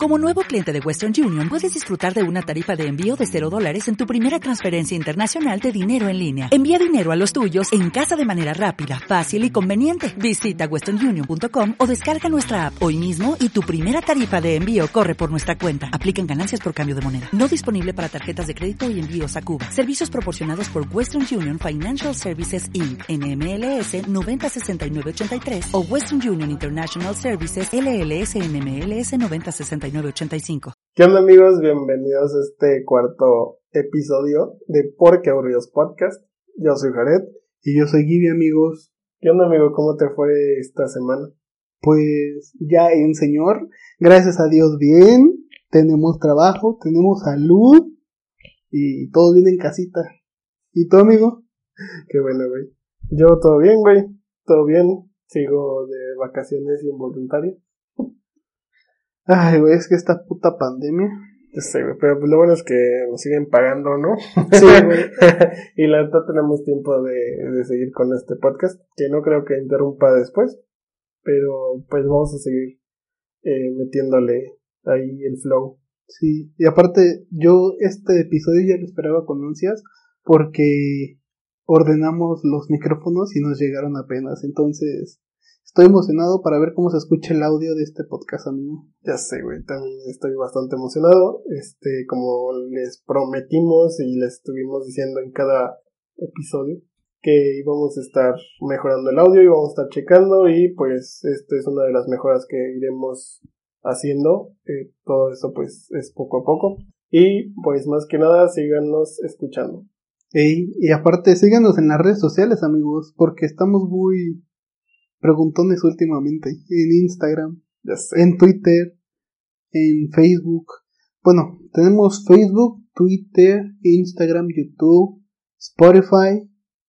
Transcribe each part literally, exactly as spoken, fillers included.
Como nuevo cliente de Western Union, puedes disfrutar de una tarifa de envío de cero dólares en tu primera transferencia internacional de dinero en línea. Envía dinero a los tuyos en casa de manera rápida, fácil y conveniente. Visita western union punto com o descarga nuestra app hoy mismo y tu primera tarifa de envío corre por nuestra cuenta. Aplican ganancias por cambio de moneda. No disponible para tarjetas de crédito y envíos a Cuba. Servicios proporcionados por Western Union Financial Services incorporated. N M L S noventa sesenta y nueve ochenta y tres o Western Union International Services L L S N M L S noventa sesenta y nueve ochenta y cinco. ¿Qué onda, amigos? Bienvenidos a este cuarto episodio de Por qué Aburridos Podcast. Yo soy Jared. Y yo soy Gibi, amigos. ¿Qué onda, amigo? ¿Cómo te fue esta semana? Pues ya en señor, gracias a Dios bien, tenemos trabajo, tenemos salud y todo bien en casita. ¿Y tú, amigo? Qué bueno, güey. Yo todo bien, güey, todo bien. Sigo de vacaciones involuntarias. Ay, güey, es que esta puta pandemia. Sí, güey, pero lo bueno es que nos siguen pagando, ¿no? Sí, güey. Y la verdad tenemos tiempo de, de seguir con este podcast, que no creo que interrumpa después, pero pues vamos a seguir eh, metiéndole ahí el flow. Sí, y aparte yo este episodio ya lo esperaba con ansias porque ordenamos los micrófonos y nos llegaron apenas, entonces estoy emocionado para ver cómo se escucha el audio de este podcast, amigo. Ya sé, güey, también estoy bastante emocionado. Este, como les prometimos y les estuvimos diciendo en cada episodio, que íbamos a estar mejorando el audio, íbamos a estar checando y pues esta es una de las mejoras que iremos haciendo. Eh, todo eso pues es poco a poco. Y pues más que nada síganos escuchando. Ey, y aparte síganos en las redes sociales, amigos, porque estamos muy preguntones últimamente, en Instagram, Ya sé. en Twitter, en Facebook. Bueno, tenemos Facebook, Twitter, Instagram, YouTube, Spotify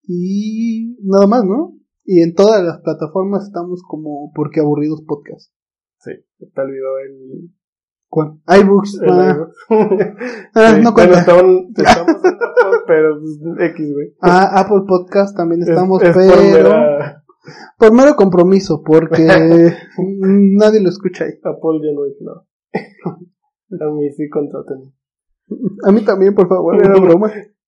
y nada más, ¿no? Y en todas las plataformas estamos como Porque Aburridos Podcast. Sí, te olvidó el... ¿Cuál? iBooks. el Ah, iVoox. ah, Sí, no bueno, cuenta. estamos, estamos en Apple, pero pues, X, güey. Ah, Apple Podcast también estamos, es, es pero... por mera... por mero compromiso, porque nadie lo escucha ahí. Apple ya no dije nada. A mí sí contraten. A mí también, por favor, era broma.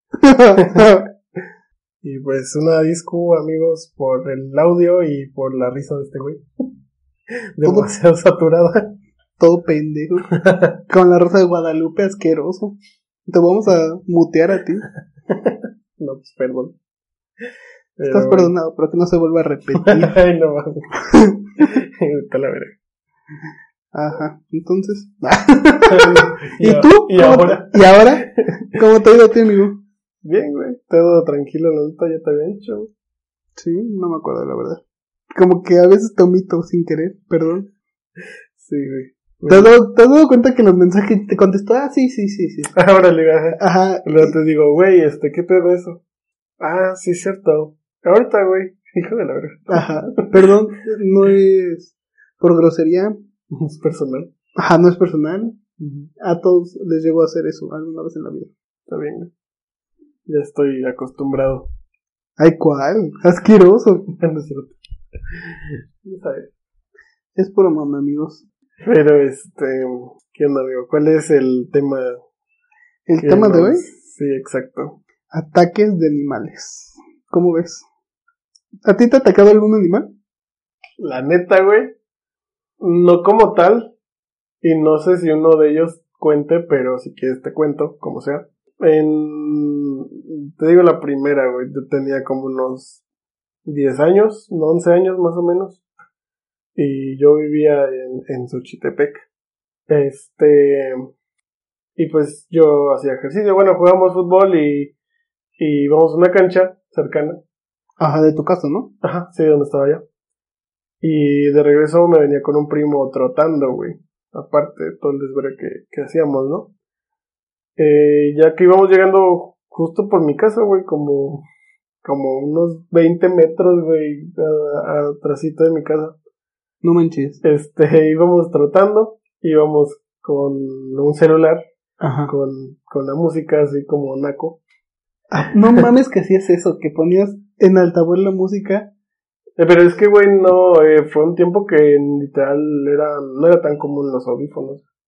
Y pues una disco, amigos, por el audio y por la risa de este güey. Demasiado saturada. Todo pendejo. Con la Rosa de Guadalupe asqueroso. Te vamos a mutear a ti. No, pues perdón. Pero Estás bueno. perdonado, pero que no se vuelva a repetir. Ay, no mames. Está la verga. Ajá, entonces. ¿Y, ¿Y a- tú? ¿Y ¿Cómo ahora? te- ¿Y ahora? ¿Cómo te ha ido a ti, amigo? Bien, güey. Todo tranquilo, la neta ya te había dicho, güey. Sí, no me acuerdo, la verdad. Como que a veces te omito sin querer, perdón. Sí, güey. ¿Te has dado, te has dado cuenta que en los mensajes te contestó? Ah, sí, sí, sí, sí. Ahora le voy a... Ajá. Luego te digo, güey, este, ¿qué pedo eso? Ah, sí, cierto. Ahorita, güey. Hijo de la verga. Ajá. Perdón, no es por grosería. Es personal. Ajá, no es personal. A todos les llegó a hacer eso alguna vez en la vida. Está bien, güey. Ya estoy acostumbrado. Ay, ¿cuál? Asqueroso. No es cierto. Ya sabes. Es puro mame, amigos. Pero, este, ¿qué onda, amigo? ¿Cuál es el tema? El que tema de nos- hoy, Sí, exacto. ataques de animales. ¿Cómo ves? ¿A ti te ha atacado algún animal? La neta, güey, no como tal, y no sé si uno de ellos cuente, pero si quieres te cuento, como sea. En, te digo la primera, güey, yo tenía como unos diez años, once años más o menos, y yo vivía en, en Xochitepec. Este, y pues yo hacía ejercicio, bueno, jugábamos fútbol y, y íbamos a una cancha cercana. Ajá, de tu casa, ¿no? Ajá, sí, donde estaba yo. Y de regreso me venía con un primo trotando, güey. Aparte de todo el desvergue que, que hacíamos, ¿no? Eh, ya que íbamos llegando justo por mi casa, güey, como, como unos veinte metros, güey, a- atrásito de mi casa. No manches. Este, íbamos trotando, íbamos con un celular, Ajá. con, con la música así como naco. Ah, no mames que hacías eso, que ponías en altavoz la música. Eh, pero es que, güey, no, eh, fue un tiempo que literal era, no era tan común los audífonos.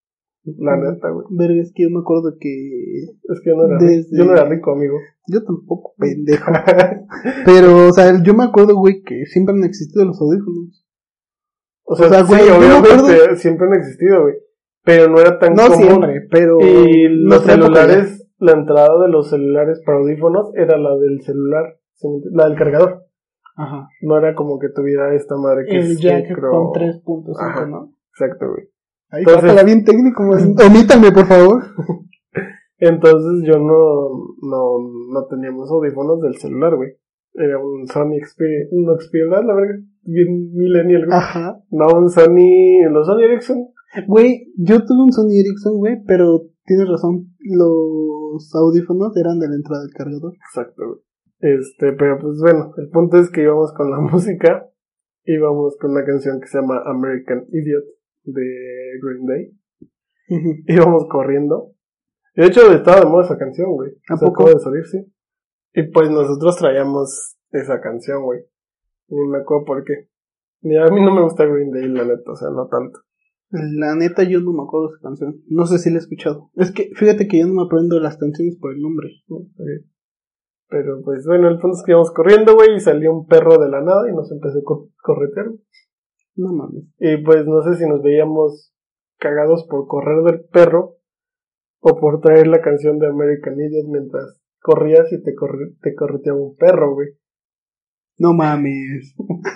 La neta, güey. Verga, es que yo me acuerdo que... Es que yo no era, Desde- yo no era rico, amigo. Yo tampoco, pendejo. Pero, o sea, yo me acuerdo, güey, que siempre han existido los audífonos. O sea, O sea, sí, güey, yo me obviamente acuerdo- siempre han existido, güey. Pero no era tan No común. siempre, pero... Y los nuestra época celulares, la entrada de los celulares para audífonos era la del celular, ¿sí me entiendes? La del cargador. ya. Ajá. No era como que tuviera esta madre que El es jack micro. con tres punto cinco, Ajá. ¿no? Exacto, güey. Ahí Entonces- pásala bien técnico, güey. Omítame, por favor. Entonces yo no, no, no teníamos audífonos del celular, güey. Era un Sony Xperia, no Xperia, la verga, bien millennial, güey. Ajá. No, un Sony, los Sony Ericsson. Güey, yo tuve un Sony Ericsson, güey, pero tienes razón. Los audífonos eran de la entrada del cargador. Exacto, güey. Este, pero pues bueno, el punto es que íbamos con la música, íbamos con una canción que se llama American Idiot de Green Day, Ujú. íbamos corriendo. De hecho, estaba de moda esa canción, güey. ¿A Se poco? acaba de salir, sí. Y pues nosotros traíamos esa canción, güey. Ni me acuerdo por qué. Ni a mí no me gusta Green Day, la neta, o sea, no tanto. La neta, yo no me acuerdo de esa canción. No sé si la he escuchado. Es que, fíjate que yo no me aprendo las canciones por el nombre. ¿No? Ok. Pero pues bueno, el punto es que íbamos corriendo, güey, y salió un perro de la nada y nos empezó a cor- corretear. No mames. Y pues no sé si nos veíamos cagados por correr del perro o por traer la canción de American Idiot mientras corrías y te, corre- te correteaba un perro, güey. No mames.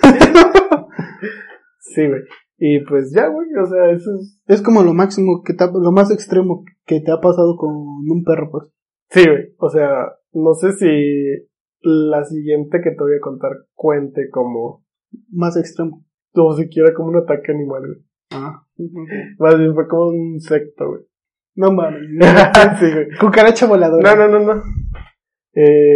Sí, güey. Y pues ya, güey, o sea, eso es... Es como lo máximo que te ha- lo más extremo que te ha pasado con un perro, pues. Sí, güey, o sea, no sé si la siguiente que te voy a contar cuente como... Más extremo. o siquiera como un ataque animal, güey. Ah. Más bien fue como un insecto, güey. No mames. Sí, güey. Cucaracha voladora. No, no, no, no. Eh,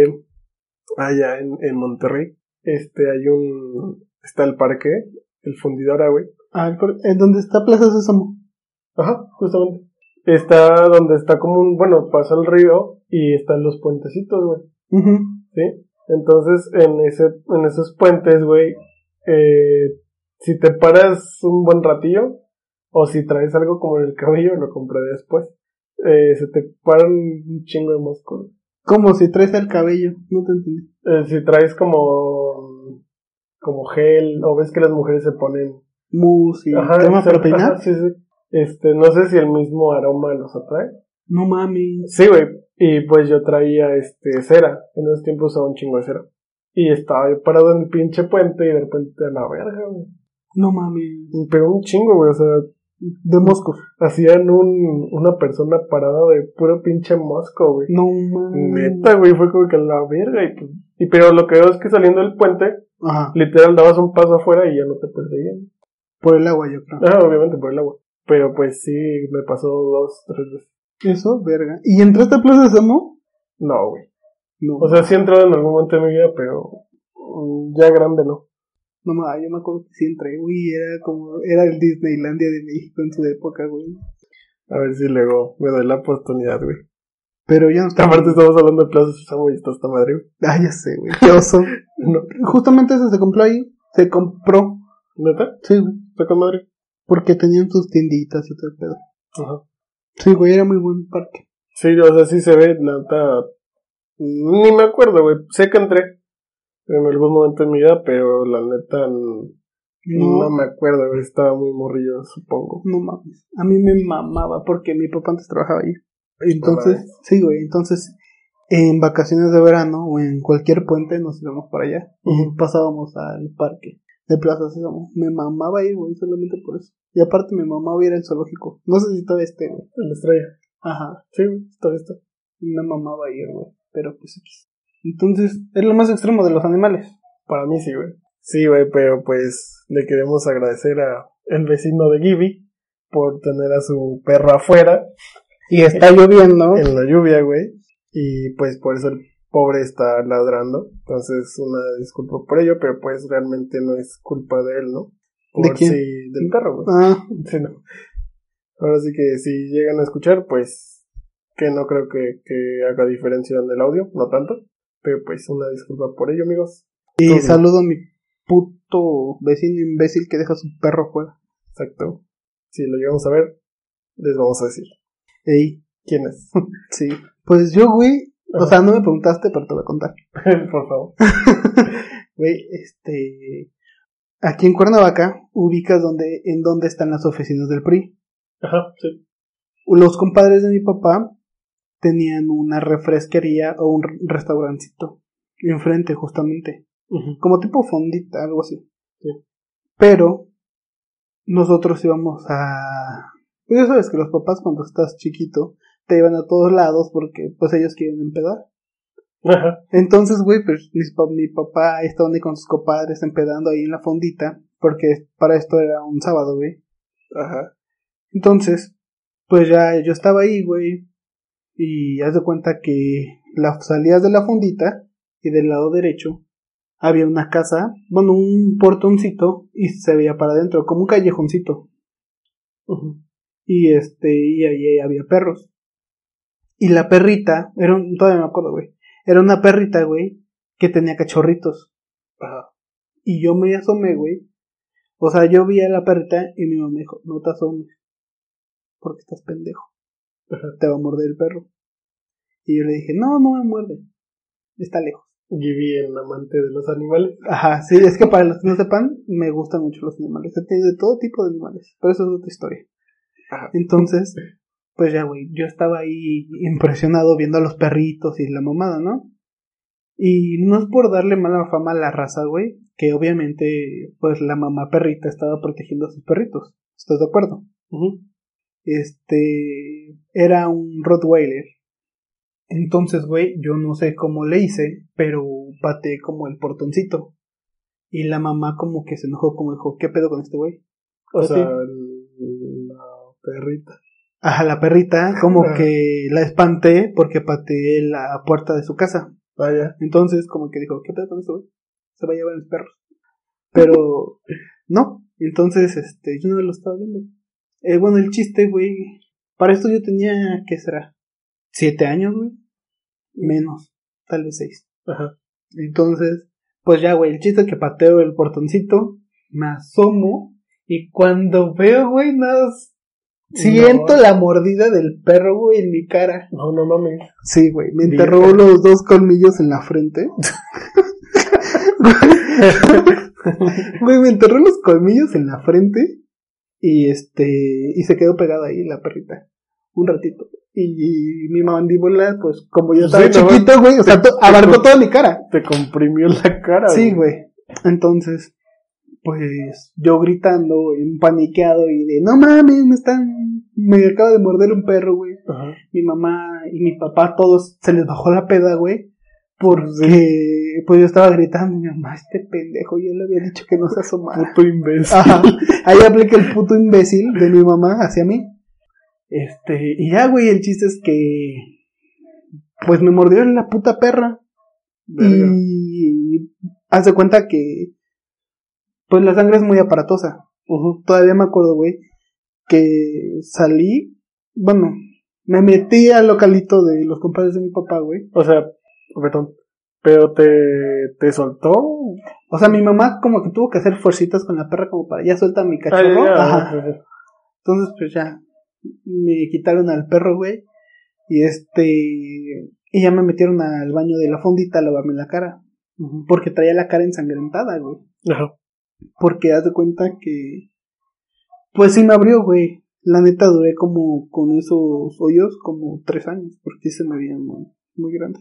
allá en, en Monterrey, este, hay un, está el parque, el Fundidora, güey. Ah, el por- ¿en dónde está Plaza Sésamo? Ajá, justamente. Está donde está como un, bueno, pasa el río y están los puentecitos, güey. Ujú. ¿Sí? Entonces, en ese, en esos puentes, güey, eh, si te paras un buen ratillo, o si traes algo como en el cabello, lo compré después, eh, se te paran un chingo de moscos. Como si traes el cabello. No te entendí. Eh, si traes como, como gel, o ves que las mujeres se ponen... Mus y Ajá, crema exacto, para peinar. ajá, sí, sí. Este, no sé si el mismo aroma los atrae. No mames. Sí, güey. Y pues yo traía, este, cera. En esos tiempos usaba un chingo de cera. Y estaba yo parado en el pinche puente y de repente a la verga, güey. No mames. Me pegó un chingo, güey. O sea, De moscos. hacían un, una persona parada de puro pinche mosco, güey. No mames. Neta, güey, fue como que a la verga. Y, pues, y pero lo que veo es que saliendo del puente, Ajá. literal dabas un paso afuera y ya no te perseguían. Por el agua, yo creo. Ah, obviamente por el agua. Pero pues sí, me pasó dos, tres veces. Eso, verga. ¿Y entraste a Plaza Sésamo? No, güey. No. O sea, sí he entrado en algún momento de mi vida, pero mm, ya grande no. No mames, yo me acuerdo que sí entré, güey. Era como, era el Disneylandia de México en su época, güey. A ver si luego me doy la oportunidad, güey. Pero ya no está. Aparte estamos hablando de Plaza Sésamo y está esta madre, güey. Ah, ya sé, güey. Qué oso. No. Justamente ese se compró ahí. Se compró. ¿Neta? Sí, güey. ¿Está con madre? Porque tenían sus tienditas y todo el pedo. Ajá. Sí, güey, era muy buen parque. Sí, o sea, sí se ve, la neta. Ni me acuerdo, güey. Sé que entré en algún momento de mi vida, pero la neta n- no, No, me acuerdo, güey. Estaba muy morrillo, supongo. no mames. A mí me mamaba porque mi papá antes trabajaba ahí. Entonces, mames. sí, güey. Entonces, en vacaciones de verano o en cualquier puente nos íbamos para allá. Y Ujú. pasábamos al parque de Plaza Sésamo. Me mamaba ir, güey, solamente por eso. Y aparte me mamaba ir al zoológico. No sé si todavía esté, güey. La estrella. Ajá. Sí, güey, está está. Me mamaba ir, güey. Pero pues X. Entonces, es lo más extremo de los animales. Para mí sí, güey. Sí, güey, pero pues le queremos agradecer a el vecino de Gibby por tener a su perro afuera Y está lloviendo. en la lluvia, güey. Y pues por eso el pobre está ladrando. Entonces, una disculpa por ello, pero pues realmente no es culpa de él, ¿no? Por ¿De quién? si- del perro, güey. Ah, Sí, no. Ahora sí que si llegan a escuchar, pues que no creo que, que haga diferencia en el audio, no tanto. Pero pues una disculpa por ello, amigos. y Todo. saludo a mi puto vecino imbécil que deja a su perro fuera. Exacto. Si lo llegamos a ver, Les vamos a decir. Ey. ¿Quién es? Sí. Pues yo, güey, o sea, no me preguntaste, pero te voy a contar. Por favor. Güey, este... Aquí en Cuernavaca, ubicas donde, en dónde están las oficinas del P R I. Ajá, sí. Los compadres de mi papá tenían una refresquería o un restaurancito enfrente, justamente. Uh-huh. Como tipo fondita, algo así. Sí. Pero nosotros íbamos a... Pues ya sabes que los papás cuando estás chiquito te llevan a todos lados porque pues ellos quieren empedar. Ajá. Entonces, güey, pues mi, mi papá estaba ahí con sus compadres empedando ahí en la fondita porque para esto era un sábado, güey. Ajá. Entonces, pues ya yo estaba ahí, güey, y haz de cuenta que la salías de la fondita y del lado derecho había una casa, bueno, un portoncito y se veía para adentro, como un callejoncito. Uh-huh. Y este, y ahí había perros. Y la perrita, era un, todavía me acuerdo, güey, era una perrita, güey, que tenía cachorritos. Ajá. Y yo me asomé, güey. O sea, yo vi a la perrita y mi mamá me dijo, no te asomes, porque estás pendejo. Ajá. Te va a morder el perro. Y yo le dije, no, no me muerde, está lejos. Y vi el amante de los animales. Ajá, sí, es que para los que no sepan, me gustan mucho los animales. He tenido de todo tipo de animales, pero eso es otra historia. Ajá. Entonces, pues ya, güey, yo estaba ahí impresionado viendo a los perritos y la mamada, ¿no? Y no es por darle mala fama a la raza, güey, que obviamente, pues la mamá perrita estaba protegiendo a sus perritos. ¿Estás de acuerdo? Uh-huh. Este, era un Rottweiler. Entonces, güey, yo no sé cómo le hice, pero pateé como el portoncito. Y la mamá como que se enojó, como dijo, ¿qué pedo con este güey? O sea, el, la perrita. Ajá, la perrita, como que la espanté porque pateé la puerta de su casa. Vaya. Entonces, como que dijo, ¿qué pedo con este güey? Se va a llevar los perros. Pero, no. Entonces, este, yo no lo estaba viendo. Eh, bueno, el chiste, güey, para esto yo tenía, ¿qué será? Siete años, güey. Menos, tal vez seis. Ajá. Entonces, pues ya, güey, el chiste es que pateo el portoncito, me asomo, y cuando veo, güey, nada, siento no. La mordida del perro, güey, en mi cara. No, no mames. Sí, güey, me enterró Bien. Los dos colmillos en la frente. Güey, me enterró los colmillos en la frente, y este, y se quedó pegada ahí la perrita, un ratito. Y, y mi mandíbula, pues, como yo estaba sí, chiquito, güey, o sea, to- abarcó toda mi cara. Te comprimió la cara, sí, güey. Entonces, pues, yo gritando, güey, paniqueado y de, no mames, me están, me acaba de morder un perro, güey. Ajá. Mi mamá y mi papá, todos, se les bajó la peda, güey, porque, sí. Pues, yo estaba gritando, mi mamá, este pendejo, yo le había dicho que no se asomara. Puto imbécil. Ajá. Ahí aplica el puto imbécil de mi mamá hacia mí. Este, y ya, güey, el chiste es que, pues me mordió la puta perra. Verga. Y haz de cuenta que, pues la sangre es muy aparatosa. Uh-huh. Todavía me acuerdo, güey, que salí, bueno, me metí al localito de los compadres de mi papá, güey. O sea, perdón, pero te, te soltó. O sea, mi mamá como que tuvo que hacer fuercitas con la perra como para, ya suelta mi cachorro. Ah, ya, Ajá. ya, ya. Entonces, pues ya, me quitaron al perro, güey, y este, y ya me metieron al baño de la fondita a lavarme la cara, uh-huh. Porque traía la cara ensangrentada, güey. Ajá. Porque haz de cuenta que, pues sí me abrió, güey. La neta duré como con esos hoyos como tres años, porque se me veían muy, muy grandes.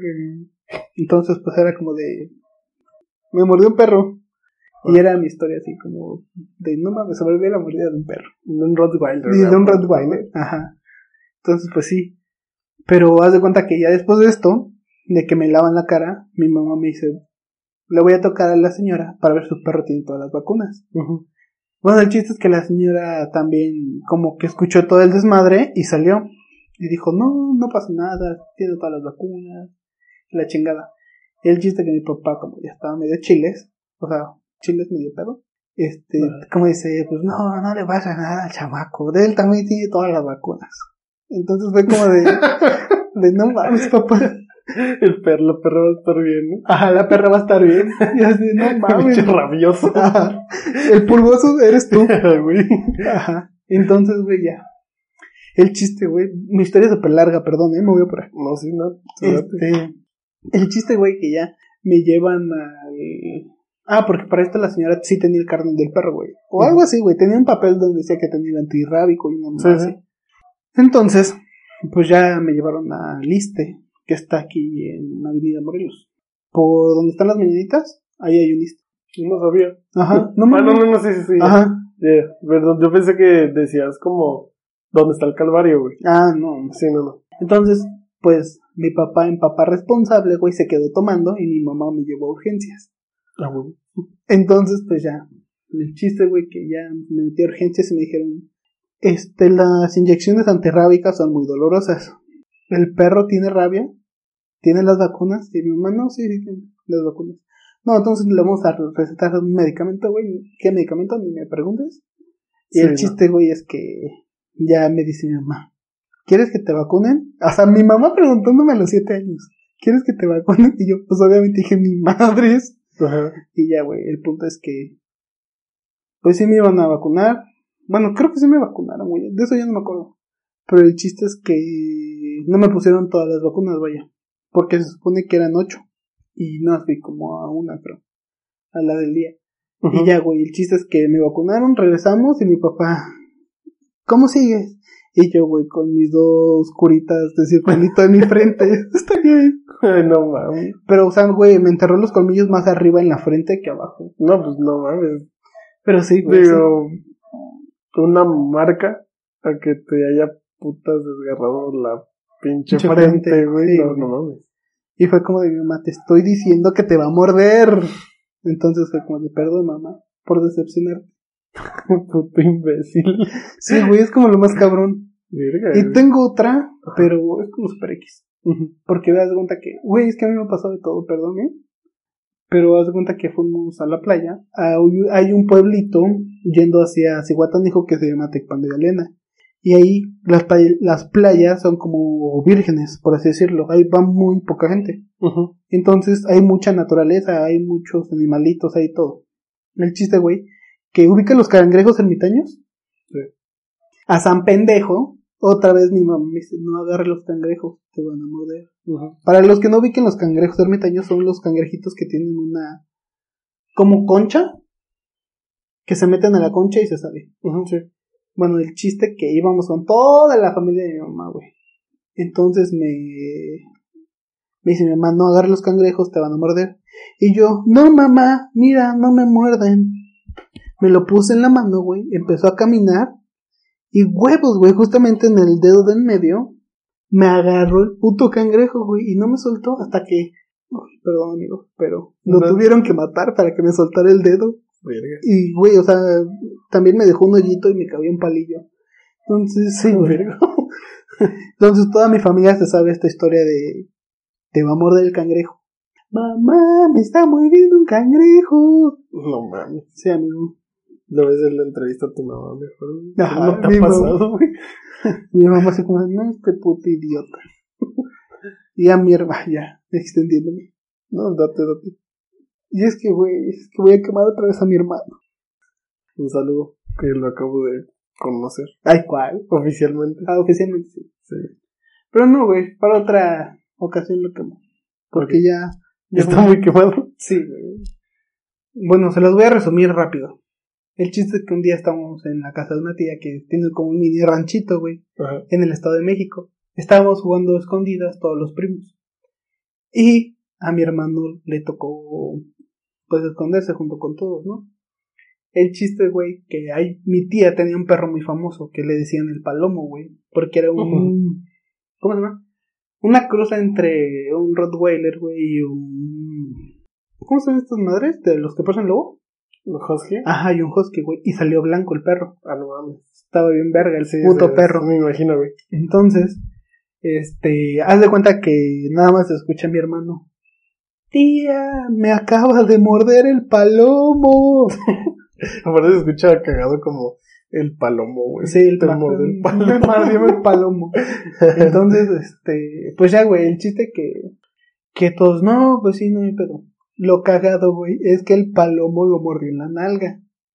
Entonces, pues era como de, me mordió un perro. Y era mi historia así como de, no mames, sobreviví a la mordida de un perro. De un Rottweiler. Sí, de un Rottweiler, ajá. Entonces, pues sí. Pero haz de cuenta que ya después de esto, de que me lavan la cara, mi mamá me dice, le voy a tocar a la señora para ver si su perro tiene todas las vacunas. Uh-huh. Bueno, el chiste es que la señora también como que escuchó todo el desmadre y salió. Y dijo, no, no pasa nada, tiene todas las vacunas, la chingada. Y el chiste es que mi papá, como ya estaba medio chiles, o sea, chiles medio pedo, este, uh-huh. Como dice, pues no, no le pasa nada al chamaco, de él también tiene todas las vacunas. Entonces fue como de, de no mames, papá. El perro, la perra va a estar bien, ¿no? Ajá, la perra va a estar bien. Y así, no mames. Rabioso. Ajá. El pulgoso eres tú. Güey. Ajá. Entonces, güey, ya. El chiste, güey, mi historia es súper larga, perdón, eh, me voy a por ahí. No, sí, no. Este, el chiste, güey, que ya me llevan al... Ah, porque para esto la señora sí tenía el carnet del perro, güey. O uh-huh. algo así, güey, tenía un papel donde decía que tenía el antirrábico y una cosa sí, así. Sí. Entonces, pues ya me llevaron a Liste, que está aquí en Avenida Morelos. Por donde están las mañanitas, ahí hay un Liste. No sabía. Ajá. No, ah, no, no, no, sí, sí, sí. Ajá. Yeah. Perdón, yo pensé que decías como, ¿dónde está el Calvario, güey? Ah, no. Sí, no, no. Entonces, pues, mi papá en papá responsable, güey, se quedó tomando y mi mamá me llevó a urgencias. Ah, güey. Entonces, pues ya, el chiste, güey, que ya me metí a urgencias y me dijeron, este, las inyecciones antirrábicas son muy dolorosas. El perro tiene rabia, tiene las vacunas, y mi mamá, no, sí, sí, tiene las vacunas. No, entonces le vamos a recetar un medicamento, güey. ¿Qué medicamento? Ni me preguntes. Y sí, el chiste, güey, no. es que ya me dice mi mamá, ¿quieres que te vacunen? O sea, mi mamá preguntándome a los siete años, ¿quieres que te vacunen? Y yo, pues obviamente dije, mi madre. Ajá. Y ya, güey, el punto es que, pues sí me iban a vacunar. Bueno, creo que sí me vacunaron, güey. De eso ya no me acuerdo. Pero el chiste es que no me pusieron todas las vacunas, vaya. Porque se supone que eran ocho. Y no fui como a una, pero a la del día. Uh-huh. Y ya, güey, el chiste es que me vacunaron, regresamos y mi papá, ¿cómo sigues? Y yo, güey, con mis dos curitas de circulito en mi frente. Está bien. Ay, no mames. Pero, o sea, güey, me enterró los colmillos más arriba en la frente que abajo. No, pues no mames. Pero sí, güey. Digo, sí. Una marca a que te haya putas desgarrado la pinche frente, frente, güey. Sí, no, güey. No mames. Y fue como de mi mamá, te estoy diciendo que te va a morder. Entonces fue como de, perdón, mamá, por decepcionarte. Puto imbécil. Sí, güey, es como lo más cabrón. Verga, y güey. tengo otra, pero es como super X. Uh-huh. Porque me das cuenta que, güey, es que a mí me ha pasado de todo, perdón, ¿eh? Pero haz de cuenta que fuimos a la playa. Hay un pueblito yendo hacia Cihuatanejo que se llama Tecpan de Galena. Y ahí las, play- las playas son como vírgenes, por así decirlo. Ahí va muy poca gente. Uh-huh. Entonces hay mucha naturaleza, hay muchos animalitos, hay todo. El chiste, güey, que ubica los cangrejos ermitaños. Sí. A San Pendejo, otra vez mi mamá me dice, no agarre los cangrejos, te van a morder. Uh-huh. Para los que no ubiquen los cangrejos ermitaños, son los cangrejitos que tienen una, como concha, que se meten a la concha y se sale. Uh-huh, sí. Bueno, el chiste que íbamos con toda la familia de mi mamá, güey. Entonces me... Me dice mi mamá, no agarres los cangrejos, te van a morder. Y yo, no mamá, mira, no me muerden. Me lo puse en la mano, güey, empezó a caminar. Y huevos, güey, justamente en el dedo de en medio, me agarró el puto cangrejo, güey, y no me soltó hasta que... Uy, perdón, amigo, pero lo no. tuvieron que matar para que me soltara el dedo. Verga. Y, güey, o sea, también me dejó un hoyito y me cabía un palillo. Entonces, sí, güey. Entonces, toda mi familia se sabe esta historia de... Te va a morder el cangrejo. Mamá, me está mordiendo un cangrejo. No mames. Sí, amigo. Lo ves en la entrevista a tu mamá, mejor. Ajá, no te ha pasado, güey. Mi mamá se como, no, este puto idiota. Y a mi hermana, ya, extendiéndome. No, date, date. Y es que, güey, es que voy a quemar otra vez a mi hermano. Un saludo, que lo acabo de conocer. Ay, ¿cuál? Oficialmente. Ah, oficialmente, sí. Sí. Pero no, güey, para otra ocasión lo quemo. Porque ya... ya está muy quemado. Sí, güey. Bueno, se los voy a resumir rápido. El chiste es que un día estábamos en la casa de una tía que tiene como un mini ranchito, güey, ajá, en el Estado de México. Estábamos jugando escondidas todos los primos. Y a mi hermano le tocó, pues, esconderse junto con todos, ¿no? El chiste, güey, que hay, mi tía tenía un perro muy famoso que le decían el Palomo, güey, porque era un, uh-huh, ¿cómo se llama? Una cruza entre un Rottweiler, güey, y un... ¿Cómo son estas madres? ¿De los que pasan lobo? ¿Los husky? Ajá, y un husky, güey, y salió blanco el perro. Ah, no mames. Estaba bien verga el sí, puto sí, perro. Me imagino, güey. Entonces, este, haz de cuenta que nada más escucha a mi hermano. Tía, me acaba de morder el palomo. Aparte se escucha cagado como el palomo, güey. Sí, el, Te pa- mordió el me palomo. mordió el palomo. Entonces, este, pues ya, güey, el chiste que, que todos, no, pues sí, no hay pedo. Lo cagado, güey, es que el palomo lo mordió en la nalga.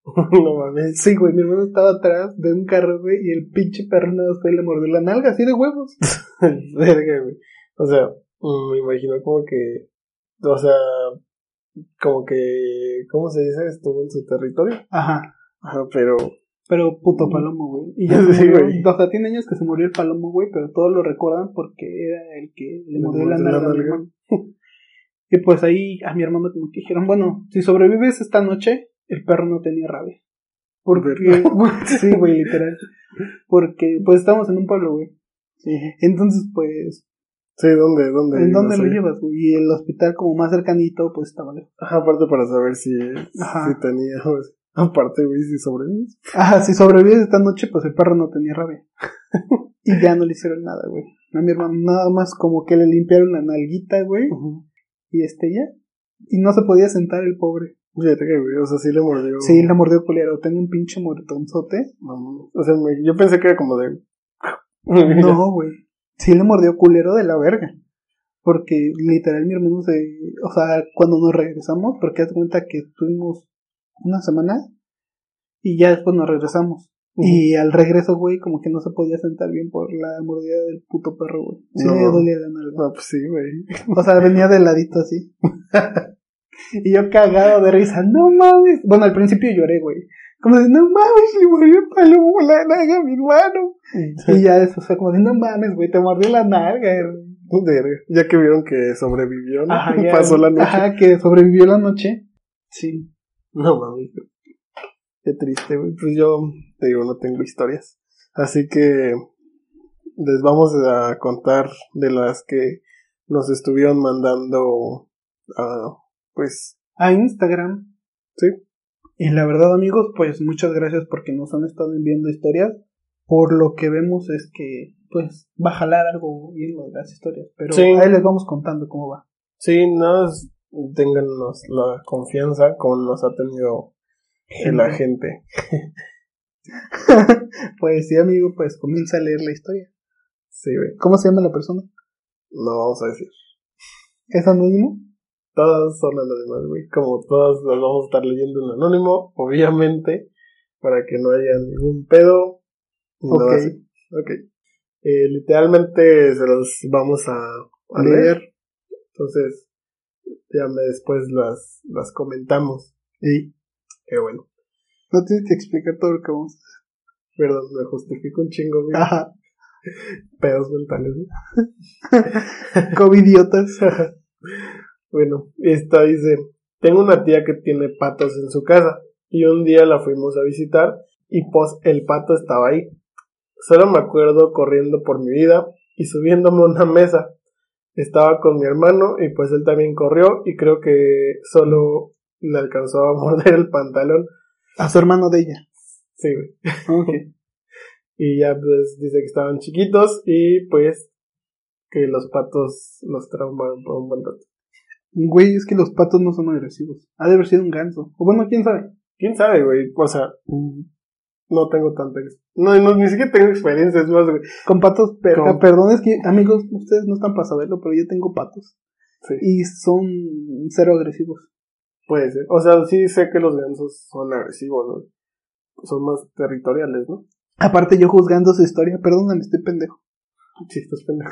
No mames. Sí, güey, mi hermano estaba atrás de un carro, güey, y el pinche perro nada más fue y le mordió la nalga, así de huevos. Verga, güey. O sea, me imagino como que, o sea, como que, ¿cómo se dice? Estuvo en su territorio. Ajá. Ajá, pero... Pero puto palomo, güey. Y ya se Sí, murió. güey. O sea, tiene años que se murió el palomo, güey, pero todos lo recuerdan porque era el que le Le mordió la mordió la nalga a mi nalga. hermano. Y pues ahí a mi hermano como que dijeron, bueno, si sobrevives esta noche, el perro no tenía rabia. Porque, sí, güey, literal. Porque, pues estamos en un pueblo, güey. Entonces, pues, Sí, ¿dónde? ¿Dónde? ¿en dónde No lo sé. llevas, güey? Y el hospital como más cercanito, pues estaba lejos. Ajá, aparte para saber si, Ajá. si tenía, pues, aparte, güey, si sobrevives. Ajá, si sobrevives esta noche, pues el perro no tenía rabia. Y ya no le hicieron nada, güey. A mi hermano nada más como que le limpiaron la nalguita, güey. Uh-huh. Y este ya. Y no se podía sentar el pobre. Fíjate que, güey, o sea, sí le mordió. Sí, le mordió culero. Tenía un pinche moretonzote. No, o sea, me- yo pensé que era como de... No, güey. Sí le mordió culero de la verga. Porque literal mi hermano se... O sea, cuando nos regresamos, porque haz de cuenta que estuvimos una semana y ya después nos regresamos. Uh-huh. Y al regreso, güey, como que no se podía sentar bien por la mordida del puto perro, güey. Sí No. le dolía la nalga. No, pues sí, güey. O sea, venía de ladito así. Y yo cagado de risa. No mames. Bueno, al principio lloré, güey. Como de, no mames, le mordió el palomo la nalga a mi hermano. Y ya después fue como de, no mames, güey, te mordió la nalga, güey. Ya que vieron que sobrevivió, ¿no? Ajá, ya, pasó la noche. Ajá, que sobrevivió la noche. Sí. No mames, qué triste, güey. Pues yo, te digo, no tengo historias. Así que les vamos a contar de las que nos estuvieron mandando a, pues... a Instagram. Sí. Y la verdad, amigos, pues muchas gracias porque nos han estado enviando historias. Por lo que vemos es que, pues, va a jalar algo bien lo de las historias. Pero sí, ahí les vamos contando cómo va. Sí, no, téngannos la confianza como nos ha tenido gente. La gente. Pues sí, amigo, pues comienza a leer la historia. Sí, güey. ¿Cómo se llama la persona? No vamos a decir. ¿Es anónimo? Todas son anónimas, güey. Como todas las vamos a estar leyendo en anónimo, obviamente, para que no haya ningún pedo. Ok. Así. Ok. Eh, literalmente se los vamos a, a leer. leer. Entonces, ya me después las, las comentamos. Y qué bueno. No tienes que explicar todo lo que vamos a hacer. Perdón, me justifico un chingo, güey. Ajá. Pedos mentales, ¿no? Covidiotas. Bueno, esta dice: tengo una tía que tiene patos en su casa y un día la fuimos a visitar y pues el pato estaba ahí. Solo me acuerdo corriendo por mi vida y subiéndome a una mesa. Estaba con mi hermano y pues él también corrió y creo que solo le alcanzó a morder el pantalón. A su hermano de ella. Sí, güey. Okay. Y ya pues dice que estaban chiquitos y pues que los patos los traumaron por un buen rato. Güey, es que los patos no son agresivos. Ha de haber sido un ganso. O bueno, quién sabe. Quién sabe, güey. O sea, no tengo tanta no, no, ni siquiera tengo experiencia, es más, güey. Con patos, per- Con... perdón, es que, amigos, ustedes no están para saberlo, pero yo tengo patos. Sí. Y son cero agresivos. Puede ser. O sea, sí sé que los gansos son agresivos, ¿no? Son más territoriales, ¿no? Aparte, yo juzgando su historia, perdóname, estoy pendejo. Sí, estás pendejo.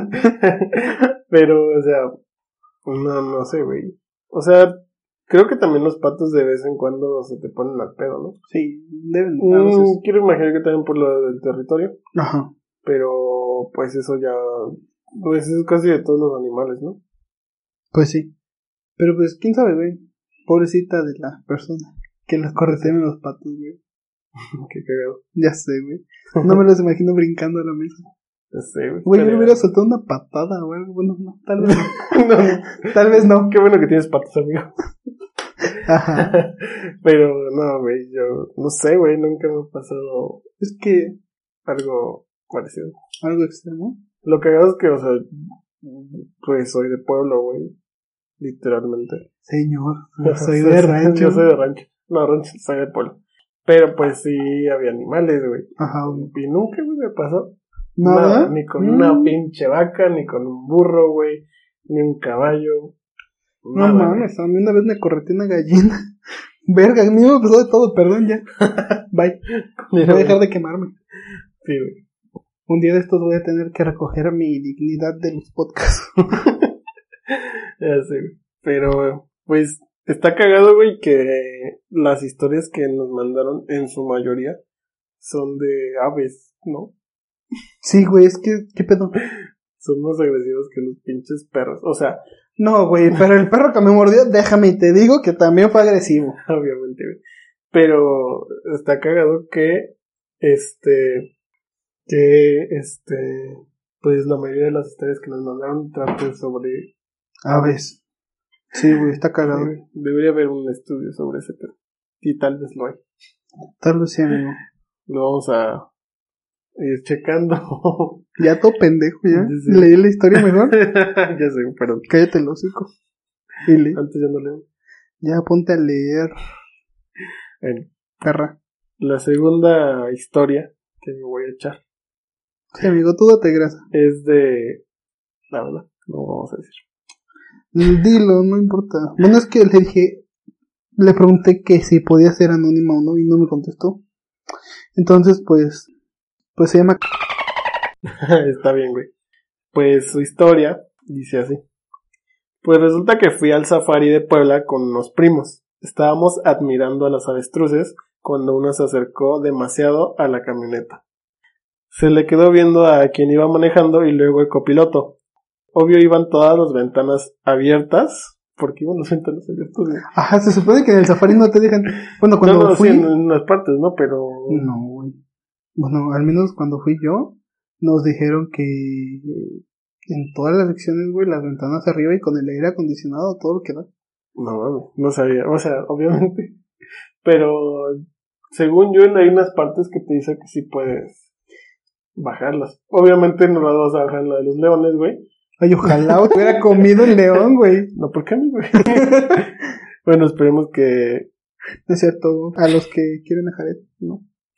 Pero, o sea, no, no sé, güey. O sea, creo que también los patos de vez en cuando se te ponen al pedo, ¿no? Sí, deben. Mm, quiero imaginar que también por lo del territorio. Ajá. Pero, pues eso ya, pues es casi de todos los animales, ¿no? Pues sí. Pero pues, quién sabe, güey. Pobrecita de la persona que la corretean los patos, güey. Qué cagado. Ya sé, güey. No me los imagino brincando a la mesa. Ya sé, güey. Güey, yo le hubiera soltado una patada o algo. Bueno, no, tal vez no. no. Tal vez no. Qué bueno que tienes patos, amigo. Ajá. Pero, no, güey, yo no sé, güey, nunca me ha pasado. Es que algo parecido. ¿Algo extremo? Lo que hago es que, o sea, pues soy de pueblo, güey. Literalmente. Señor, yo soy de rancho. Yo soy de rancho. No, rancho, soy de pueblo. Pero pues sí había animales, güey. Ajá, güey. Y nunca me pasó nada, nada ni con mm. una pinche vaca, ni con un burro, güey, ni un caballo. No mames, a mí una vez me correteé una gallina. Verga, a mí me pasó de todo, perdón ya. Bye. Voy a dejar de quemarme. Sí, güey. Un día de estos voy a tener que recoger mi dignidad de los podcasts. Ya sé, güey. Pero, pues, está cagado, güey, que las historias que nos mandaron, en su mayoría, son de aves, ¿no? Sí, güey, es que, ¿qué pedo? Son más agresivos que los pinches perros. O sea, No, güey, pero el perro que me mordió, déjame y te digo que también fue agresivo. obviamente, güey. Pero está cagado que, este, que, este, pues la mayoría de las historias que nos mandaron traten sobre Aves. Sí, güey, está cagado. Sí, debería haber un estudio sobre ese tema. Y tal vez lo hay. Tal vez sí, amigo. Lo vamos a ir checando. Ya todo pendejo, ya. Sí. Leí la historia mejor. Ya sé, perdón. Cállate el hocico. Y lee. Antes ya no leo. Ya ponte a leer, Bueno, perra. la segunda historia que me voy a echar Sí, amigo, tú date grasa. es de... La verdad, no vamos a decir. Dilo, no importa. Bueno, es que le dije, le pregunté que si podía ser anónima o no y no me contestó. Entonces, pues, pues se llama... Está bien, güey. Pues su historia dice así. Pues resulta que fui al safari de Puebla con unos primos. Estábamos admirando a las avestruces cuando uno se acercó demasiado a la camioneta. Se le quedó viendo a quien iba manejando y luego el copiloto. Obvio iban todas las ventanas abiertas. ¿Por qué iban las ventanas abiertas, güey? Ajá, se supone que en el safari no te dejan... Bueno, cuando no, no, fui... sí, en, en unas partes, ¿no? Pero... No, güey. Bueno, al menos cuando fui yo, nos dijeron que en todas las secciones, güey, las ventanas arriba y con el aire acondicionado, todo lo que da. No, mames, no sabía. O sea, obviamente. Pero, según yo, hay unas partes que te dice que sí puedes bajarlas. Obviamente no las vas a bajar en la de los leones, güey. Ay, ojalá hubiera comido el león, güey. No, ¿por qué a mí, güey? Bueno, esperemos que... No es cierto, a los que quieren a Jared, ¿no?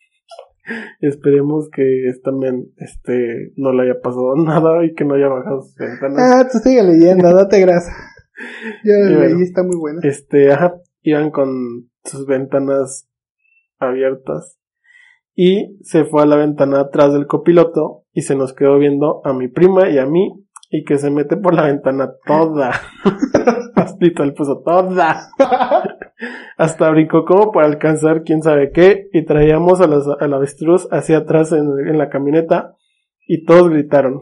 Esperemos que también este no le haya pasado nada y que no haya bajado sus ventanas. Ah, tú sigue leyendo, date grasa. Yo la Y leí, bueno, está muy buena. Este, ajá, iban con sus ventanas abiertas y se fue a la ventana atrás del copiloto y se nos quedó viendo a mi prima y a mí y que se mete por la ventana toda. Pastito, él puso toda. Hasta brincó como para alcanzar quién sabe qué y traíamos a las, al avestruz hacia atrás en, en la camioneta y todos gritaron.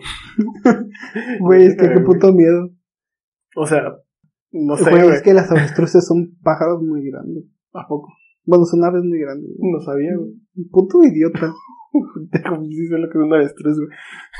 Güey, es que qué puto miedo. O sea, no sé, Güey, güey. es que las avestruces son pájaros muy grandes. ¿A poco? Bueno, son aves muy grandes. No sabía, güey. Puto idiota. Como si sé lo que es un avestruz, güey.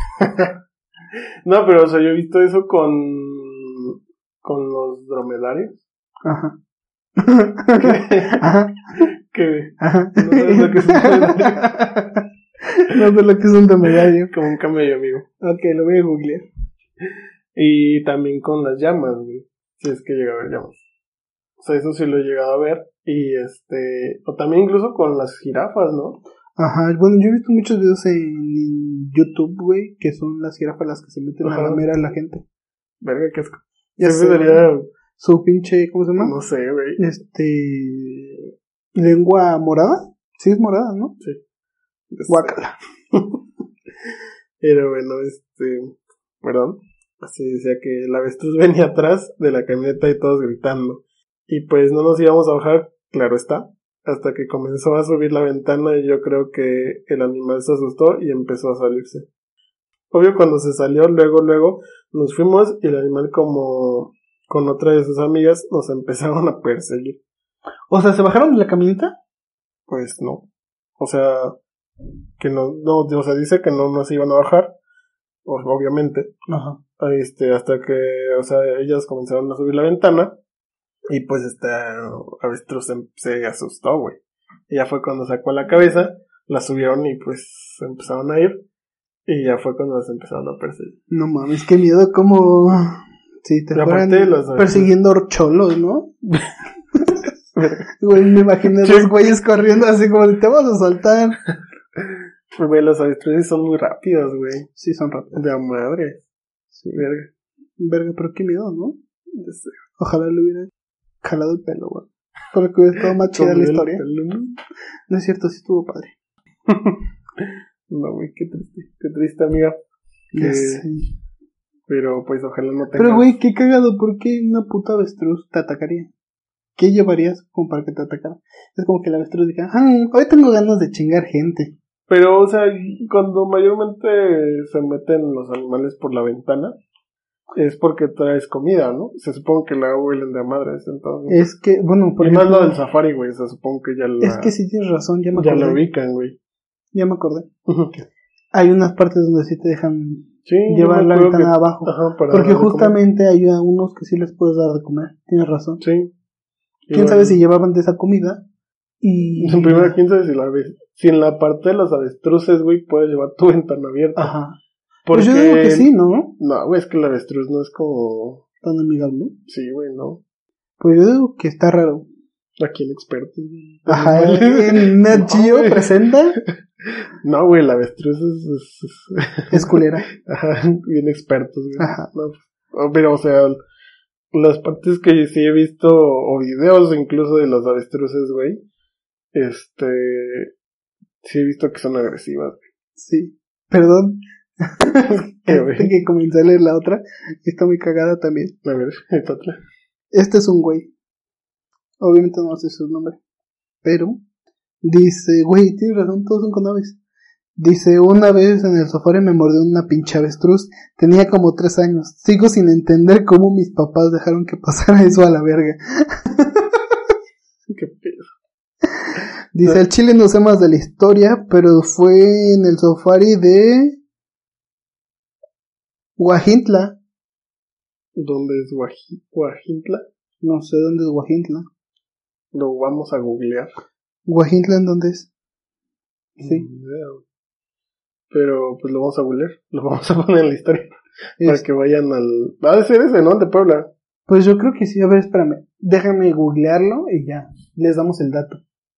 No, pero o sea, yo he visto eso con con los dromedarios. Ajá. ¿Qué? Ajá. Que Ajá. no sabes lo que es un dromedario. No sé lo que es un dromedario. Como un camello, amigo. Ok, lo voy a googlear. Y también con las llamas, güey. Si es que llega a haber llamas. O sea, eso sí lo he llegado a ver. Y este... O también incluso con las jirafas, ¿no? Ajá, bueno, yo he visto muchos videos en YouTube, güey, que son las jirafas las que se meten Ajá. a la mera a la gente. Verga, qué asco. Ya Ese sé, sería... su pinche, ¿cómo se llama? No sé, güey. Este... Lengua morada. Sí es morada, ¿no? Sí. Guácala. Pero bueno, este... Perdón. Así decía que el avestruz venía atrás de la camioneta y todos gritando. Y pues no nos íbamos a bajar, claro está. Hasta que comenzó a subir la ventana y yo creo que el animal se asustó y empezó a salirse. Obvio cuando se salió, luego, luego nos fuimos y el animal como con otra de sus amigas nos empezaron a perseguir. O sea, ¿se bajaron de la camioneta? Pues no. O sea, que no, no, o sea, dice que no nos iban a bajar, obviamente. Ajá. Este, hasta que, o sea, ellas comenzaron a subir la ventana. Y pues este avestruz se, se asustó, güey. Y ya fue cuando sacó la cabeza, la subieron y pues se empezaron a ir. Y ya fue cuando se empezaron a perseguir. No mames, qué miedo, como... Sí, te Y fueran aparte los- persiguiendo cholos, ¿no? Güey, me imaginé dos güeyes corriendo así como de, te vas a saltar. Güey, los avestruces son muy rápidos, güey. Sí, son rápidos. De a madre. Sí. Verga. Verga, pero qué miedo, ¿no? Ya sé. Ojalá le hubiera jalado el pelo, güey. Para que hubiera estado más chida Con la el historia. pelo, ¿no? No es cierto, sí estuvo padre. No, güey, qué triste. Qué triste, amiga. Ya Que- sé. Pero pues ojalá no tengas... Pero, güey, qué cagado, ¿por qué una puta avestruz te atacaría? ¿Qué llevarías como para que te atacara? Es como que la avestruz diga, ah, hoy tengo ganas de chingar gente. Pero, o sea, cuando mayormente se meten los animales por la ventana, es porque traes comida, ¿no? Se supone que la huelen de madres, entonces... Es que, bueno, por y más ejemplo, lo del safari, güey, se supone que ya la... es que sí tienes razón, ya me ya acordé. la ubican, güey. Ya me acordé. Hay unas partes donde sí te dejan Sí, llevar yo me la acuerdo ventana que- abajo. Ajá, para Porque darle de justamente hay a unos que sí les puedes dar de comer. Tienes razón. comer. Sí. ¿Quién Igual- sabe si llevaban de esa comida? Y... En primera, quién sabe si la ves. Si en la parte de los avestruces, güey, puedes llevar tu ventana abierta. Ajá. Porque... Pues yo digo que sí, ¿no? No, güey, es que el avestruz no es como... Tan amigable. Sí, güey, no. Pues yo digo que está raro. Aquí en expertos. güey. Ajá, en Nat No, Geo güey. presenta No, güey, el avestruz es... es- es- es culera. Ajá, bien expertos, güey. Ajá. No, pues, oh, pero, o sea, las partes que sí he visto, o videos incluso de los avestruces, güey, este... sí he visto que son agresivas. Sí. Perdón. Qué güey. Este que comencé a leer la otra. Está muy cagada también. A ver, esta otra. Este es un güey. Obviamente no sé su nombre. Pero dice, güey, tienes razón, todos son con aves. Dice, una vez en el safari me mordió una pinche avestruz. Tenía como tres años. Sigo sin entender cómo mis papás dejaron que pasara eso a la verga. Qué pedo. Dice, el chile no sé más de la historia, pero fue en el safari de Guajintla. ¿Dónde es Guaji- Guajintla? No sé dónde es Guajintla. Lo vamos a googlear. ¿Guajintla en dónde es? Sí. Ni idea, güey. Pero pues lo vamos a googlear. Lo vamos a poner en la historia. Para Es- que vayan al... Va a ser ese, ¿no? De Puebla. Pues yo creo que sí. A ver, espérame. Déjame googlearlo y ya. Les damos el dato.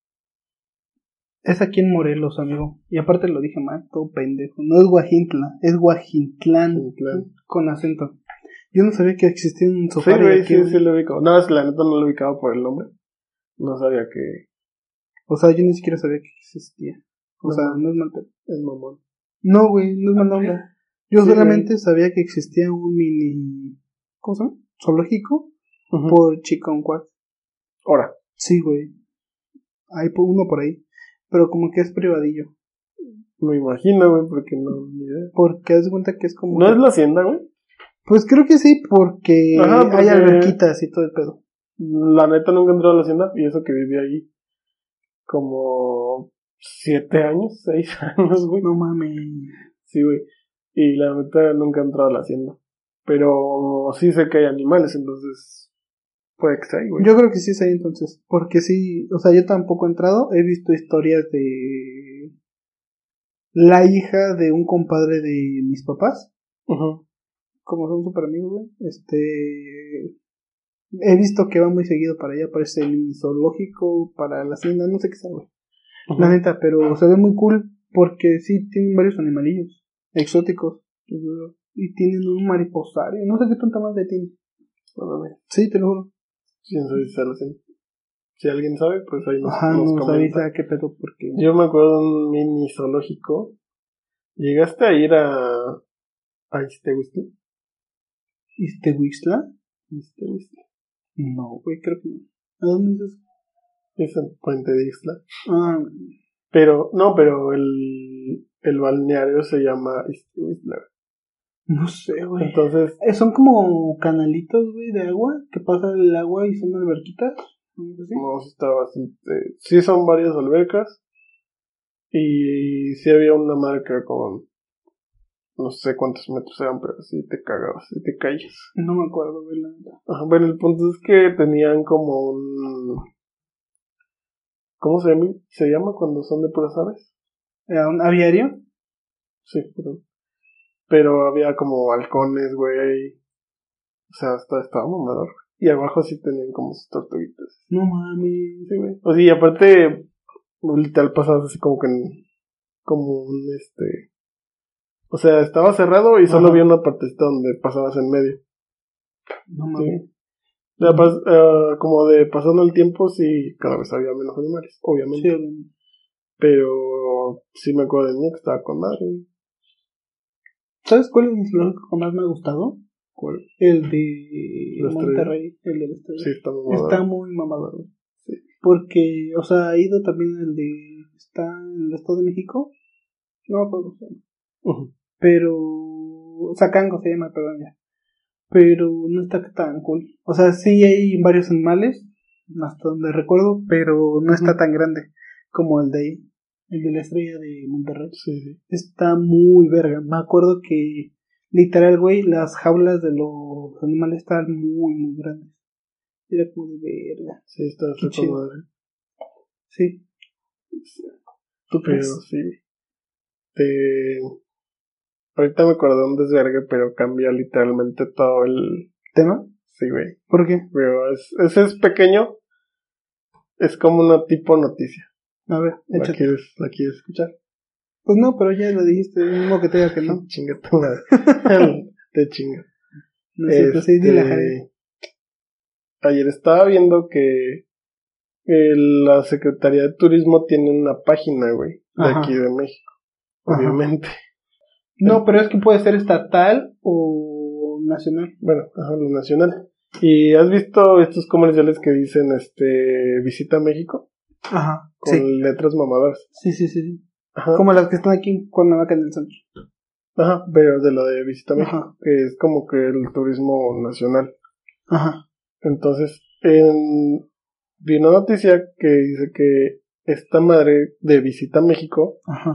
Es aquí en Morelos, amigo. Y aparte lo dije mal, todo pendejo. No es Guajintla, es Guajintlán. Guajintlán. Con acento. Yo no sabía que existía un Sí, safari güey, aquí, sí, güey. sí lo ubico. No, es la neta no lo ubicaba por el nombre. No sabía que O sea, yo ni siquiera sabía que existía. O No, sea, no. no es mal pedo. es mamón. No, güey, no es mala onda. Yo Sí, solamente sabía que existía un mini... ¿Cómo se llama? Zoológico Ujú. por Chiconcuac. Ahora, Sí, güey. Hay po- uno por ahí. Pero como que es privadillo. me imagino, güey, porque no, ni idea. Porque haz de cuenta que es como... ¿No es la hacienda, güey? Pues creo que sí, porque, Ajá, porque- hay alberquitas y todo el pedo. La neta nunca entró a la hacienda y eso que viví ahí como siete años, seis años, güey. No mames. Sí, güey. Y la neta nunca he entrado a la hacienda. Pero sí sé que hay animales, entonces puede que sea ahí, güey. Yo creo que sí es ahí entonces. Porque sí, o sea, yo tampoco he entrado. He visto historias de la hija de un compadre de mis papás. Ujú. Como son súper amigos, güey. Este... He visto que va muy seguido para allá, para ese mini zoológico, para la hacienda, no sé qué sea, güey. Ujú. La neta, pero se ve muy cool porque sí tienen varios animalillos exóticos. Y tienen un mariposario, no sé qué tanta madre tiene. No mames. Sí, te lo juro. ¿Quién sabe si sea la hacienda? Si alguien sabe, pues ahí nos, Ajá, nos nos comenta. avisa qué pedo porque... Yo me acuerdo de un mini zoológico. ¿Llegaste a ir a... a Iztehuistla? ¿Iztehuistla? Iztehuistla. No, güey, creo que no. ¿A dónde es eso? Es en Puente de Ixtla. Ah, Pero, no, pero el, el balneario se llama Iztehuistla. no sé, güey. Entonces, Eh, Son como canalitos, güey, de agua, que pasa el agua y son alberquitas. ¿No es así? no, sí está bastante... Sí son varias albercas. Y sí había una marca con... No sé cuántos metros eran, pero sí te cagabas, sí te callas. No me acuerdo, güey, la neta. Ajá, bueno, el punto es que tenían como un... ¿Cómo se llama? ¿Se llama cuando son de puras aves? ¿Era un aviario? Sí, perdón. Pero había como halcones, güey. O sea, hasta estaba mamador. Y abajo sí tenían como sus tortuguitas. No mames. Sí, güey. O sea, y aparte, literal pasabas así como que en... Como un, este... O sea, estaba cerrado y solo Ajá. había una partecita donde pasabas en medio. No mames. Sí. De pas- uh, como de pasando el tiempo, sí, cada vez había menos animales, obviamente. Sí, Pero sí me acuerdo de niño que estaba con madre. Güey. ¿Sabes cuál es el zoológico que más me ha gustado? ¿Cuál? El de ¿La Estrella? Monterrey, el de la Estrella. Sí, está muy mamador. Está muy mamador. güey. Sí. Porque, o sea, ha ido también el de... Está en el Estado de México. No me acuerdo cómo se llama. Uh-huh. Pero... Zacango se llama, perdón ya. Pero no está tan cool. O sea, sí hay varios animales, hasta donde recuerdo, pero no está tan grande como el de ahí. El de la Estrella de Monterrey. Sí, sí. Está muy verga. Me acuerdo que, literal, güey, las jaulas de los animales estaban muy, muy grandes. Era como de verga. Sí, está Qué con chido. madre. Sí. ¿Tú Pero crees? sí. Te... Ahorita me acordé de un desvergue, pero cambia literalmente todo el... ¿Tema? Sí, güey. ¿Por qué? Pero es, ese es pequeño. Es como una tipo noticia. A ver, ¿La échate. quieres, ¿La quieres escuchar? Pues no, pero ya lo dijiste, mismo que te diga que no. Chinga tu madre. Te chinga. No sé, pues sí, dile, Jared. Ayer estaba viendo que eh, la Secretaría de Turismo tiene una página, güey, de Ajá. aquí de México, Ajá. obviamente. No, pero es que puede ser estatal o nacional. Bueno, ajá, lo nacional. ¿Y has visto estos comerciales que dicen, este, visita México? Ajá. Con Sí. letras mamadoras. Sí, sí, sí, sí. Ajá. Como las que están aquí en Cuernavaca en el centro. Ajá, pero de lo de visita México, Ajá. que es como que el turismo nacional. Ajá. Entonces, en, vi una noticia que dice que esta madre de Visita México, Ajá.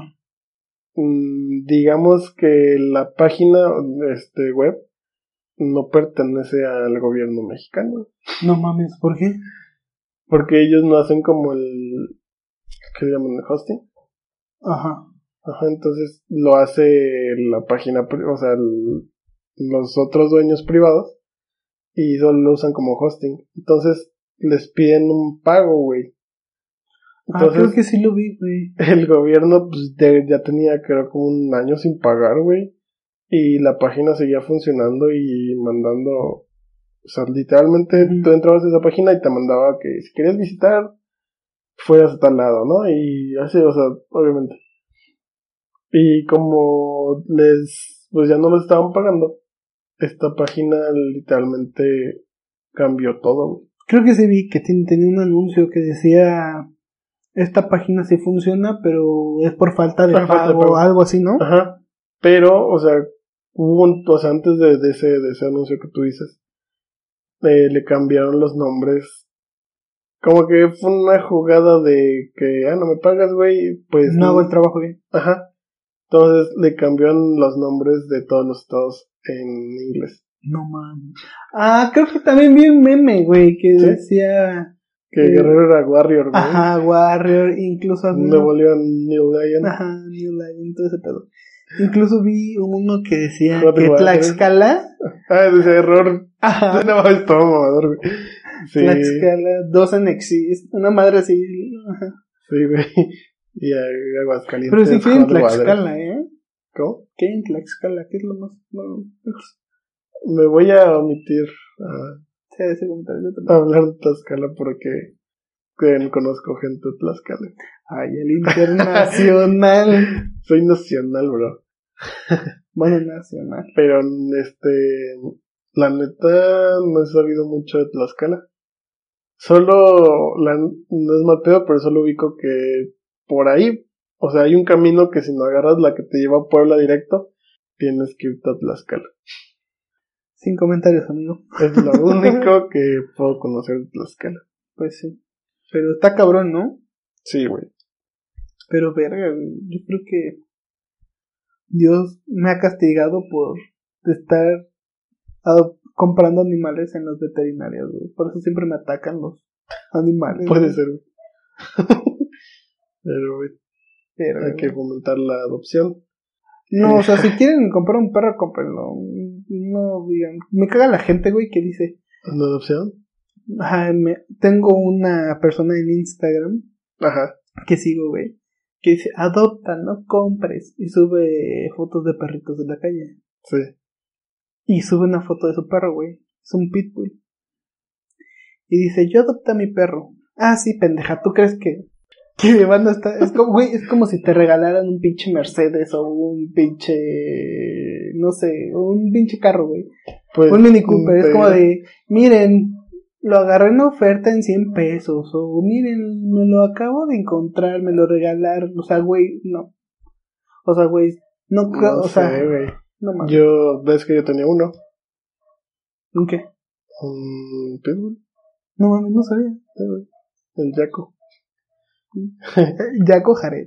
mmm, digamos que la página este web no pertenece al gobierno mexicano, No mames, ¿por qué? porque ellos no hacen como el, ¿qué le llaman? El hosting. Ajá. Ajá, entonces lo hace la página, pri- o sea, el- los otros dueños privados y solo lo usan como hosting. Entonces les piden un pago, güey. Ah, creo Entonces que sí lo vi, güey. el gobierno pues de- ya tenía creo como un año sin pagar, güey. Y la página seguía funcionando y mandando, o sea, literalmente Ujú. tú entrabas a esa página y te mandaba que si querías visitar, fueras a tal lado, ¿no? Y así, o sea, obviamente. Y como les, pues ya no lo estaban pagando, esta página literalmente cambió todo, güey. Creo que sí vi que ten- tenía un anuncio que decía: esta página sí funciona, pero es por falta de Por falta de pago, pago. algo así, ¿no? Ajá. Pero, o sea, hubo un, o sea, antes de, de ese, de ese anuncio que tú dices, eh, le cambiaron los nombres. Como que fue una jugada de que, ah, no me pagas, güey, pues... No hago el trabajo bien. Ajá. Entonces le cambiaron los nombres de todos los estados en inglés. No mames. Ah, creo que también vi un meme, güey, que ¿Sí? decía... Que Eh, Guerrero era Warrior, güey. Ajá, Warrior, incluso había uno- Nuevo León, New Lion. Ajá, New Lion, todo ese pedo. Incluso vi uno que decía Hot que Warrior. Tlaxcala... Ah, ese error. Ajá. No, es todo mamador, güey. Sí, Tlaxcala doesn't exist. Una madre así. Ajá. sí, güey. Y a- Aguascalientes. Pero sí que en Hot Warrior. Tlaxcala, ¿eh? ¿Cómo? ¿Qué en Tlaxcala? ¿Qué es lo más...? No, Me voy a omitir a sí, ese comentario también. hablar de Tlaxcala porque que conozco gente de Tlaxcala. Ay, el internacional. Soy nacional, bro. Bueno, nacional. Pero, este, la neta, no he sabido mucho de Tlaxcala. Solo, la, no es mal pedo, pero solo ubico que por ahí, o sea, hay un camino que si no agarras la que te lleva a Puebla directo, tienes que irte a Tlaxcala. Sin comentarios, amigo. Es lo único que puedo conocer de Tlaxcala. Pues sí. Pero está cabrón, ¿no? Sí, güey. Pero verga, güey, yo creo que Dios me ha castigado por estar adop- comprando animales en los veterinarios, güey. Por eso siempre me atacan los animales. Puede güey. ser, güey. Pero, güey, Verga, hay que güey. fomentar la adopción. No, o sea, si quieren comprar un perro, cómprenlo. No digan. Me caga la gente, güey, que dice: ¿La adopción? ajá, me- tengo una persona en Instagram Ajá. que sigo, güey, que dice: adopta, no compres. Y sube fotos de perritos de la calle. Sí. Y sube una foto de su perro, güey. Es un pitbull. y dice, yo adopté a mi perro. Ah, sí, pendeja, ¿tú crees que, que mi banda está? Es como, güey, es como si te regalaran un pinche Mercedes o un pinche, no sé, un pinche carro, güey. Pues, un Mini Cooper, pero... es como de, miren, lo agarré en oferta en cien pesos, o miren, me lo acabo de encontrar, me lo regalaron, o sea, güey, no. O sea, güey, no creo, no o sé, sea, güey. No mames. Yo, ves que yo tenía uno. ¿Un qué? Un pitbull. No mames, no sabía. Sí, güey. El Jaco. Jaco Jared.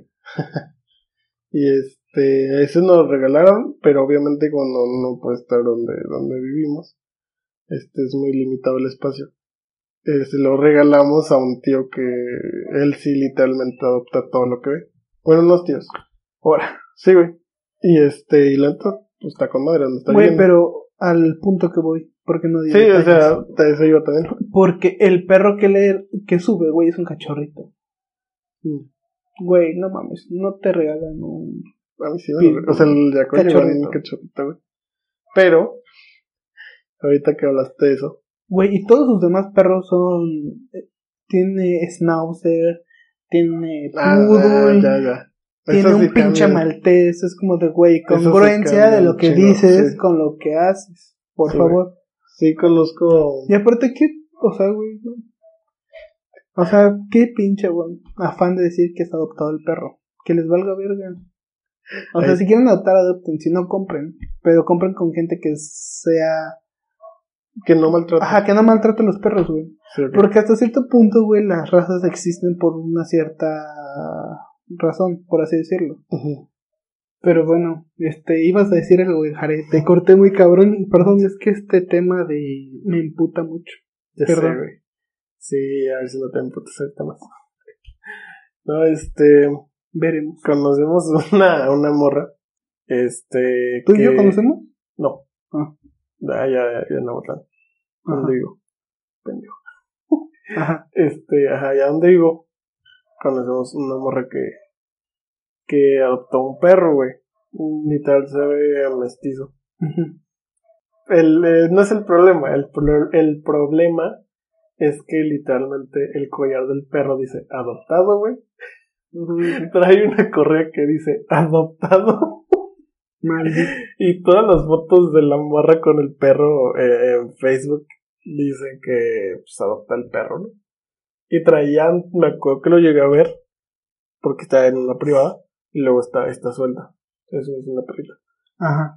Y este, ese nos lo regalaron, pero obviamente cuando no puede estar donde, donde vivimos, este es muy limitado el espacio. Eh, se lo regalamos a un tío que él sí literalmente adopta todo lo que ve. Bueno, unos tíos. Ahora, sí, güey. Y este, y la neta, pues está con madre, donde está Güey, bien. pero al punto que voy, porque no digo Sí, detalles. o sea, te- eso iba también. Porque el perro que le, que sube, güey, es un cachorrito. Mm. Güey, no mames, no te regalan un... A mí sí, bueno, o sea, el Jaco llegó en un cachorrito, güey. Pero, ahorita que hablaste de eso. Güey, y todos sus demás perros son... eh, Tiene Schnauzer, tiene Poodle, Ah, ya, ya. tiene Eso un sí pinche cambia. maltés. Es como de, güey, Eso sí congruencia cambia de lo un que chingo, dices sí. con lo que haces. Por Sí, favor. Sí, conozco. Y aparte, ¿qué? O sea, güey, ¿no? O sea, qué pinche, güey, afán de decir que es adoptado el perro. Que les valga verga. O sea, Ahí- si quieren adoptar, adopten. Si no, compren. Pero compren con gente que sea... Que no maltrata. Ajá, que no maltrate a los perros, güey. Sí, ok. Porque hasta cierto punto, güey, las razas existen por una cierta razón, por así decirlo. Ujú. Pero bueno, este, ibas a decir algo, güey, Jared. Te corté muy cabrón. Perdón, es que este tema de... me emputa mucho. Ya Perdón. sé, güey. Sí, a ver si no te emputas ahorita más. No, este. Veremos. Conocemos una, una morra. Este. ¿Tú y que- yo conocemos? No. Ah. Ah, ya, ya, ya no votan. Ajá. ¿Dónde vivo? Pendejo. Ajá. Este, ajá, ya donde vivo. Conocemos una morra que. Que adoptó un perro, güey. Literal se ve mestizo. Ujú. El, eh, no es el problema. El, pro- el problema es que literalmente el collar del perro dice adoptado, güey. Trae una correa que dice adoptado. Maldito. Y todas las fotos de la morra con el perro eh, en Facebook dicen que pues adopta el perro, ¿no? Y traían, me acuerdo que lo llegué a ver porque está en una privada y luego está, está suelta. Eso es una perrita. Ajá.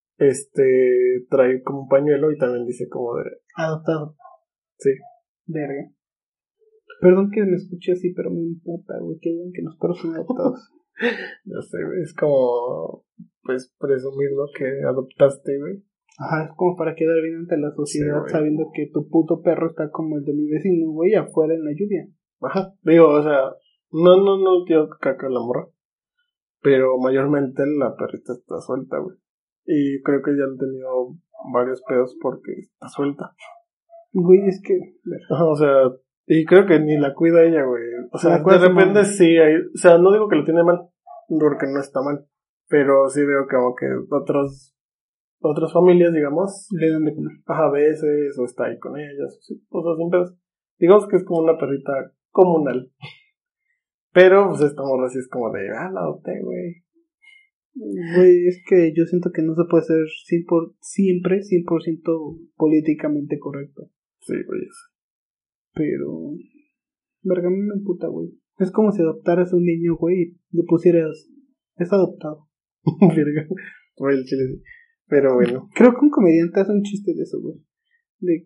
Este trae como un pañuelo y también dice como de Adoptado. sí. Verga. Perdón que me escuché así, pero me importa, güey, que digan que los perros son adoptados. No sé, güey, es como pues presumir, ¿no? Que adoptaste, güey. Ajá, es como para quedar bien ante la sociedad, Sí, güey. sabiendo que tu puto perro está como el de mi vecino, güey, afuera en la lluvia. Ajá, digo, o sea, no, no, no quiero caca a la morra, pero mayormente la perrita está suelta, güey. Y creo que ya han tenido varios pedos porque está suelta. Güey, es que... Ajá, o sea, y creo que ni la cuida ella, güey. O sea, La cuida de su repente mamá. sí hay, o sea, no digo que lo tiene mal, porque no está mal, pero sí veo como que otros, otras familias, digamos, Le dan de comer. ajá, a veces, o está ahí con ellas, o sí, o sea, sin pedos. Digamos que es como una perrita comunal. Pero, pues, esta morra sí es como de, ah, la adopté, güey. Güey, es que yo siento que no se puede ser cien por, siempre cien por ciento políticamente correcto. Sí, güey. Pero... Verga, a mí me emputa, güey. Es como si adoptaras a un niño, güey, y le pusieras... Es adoptado. Verga. Güey, el chile sí. Pero bueno. Creo que un comediante hace un chiste de eso, güey. De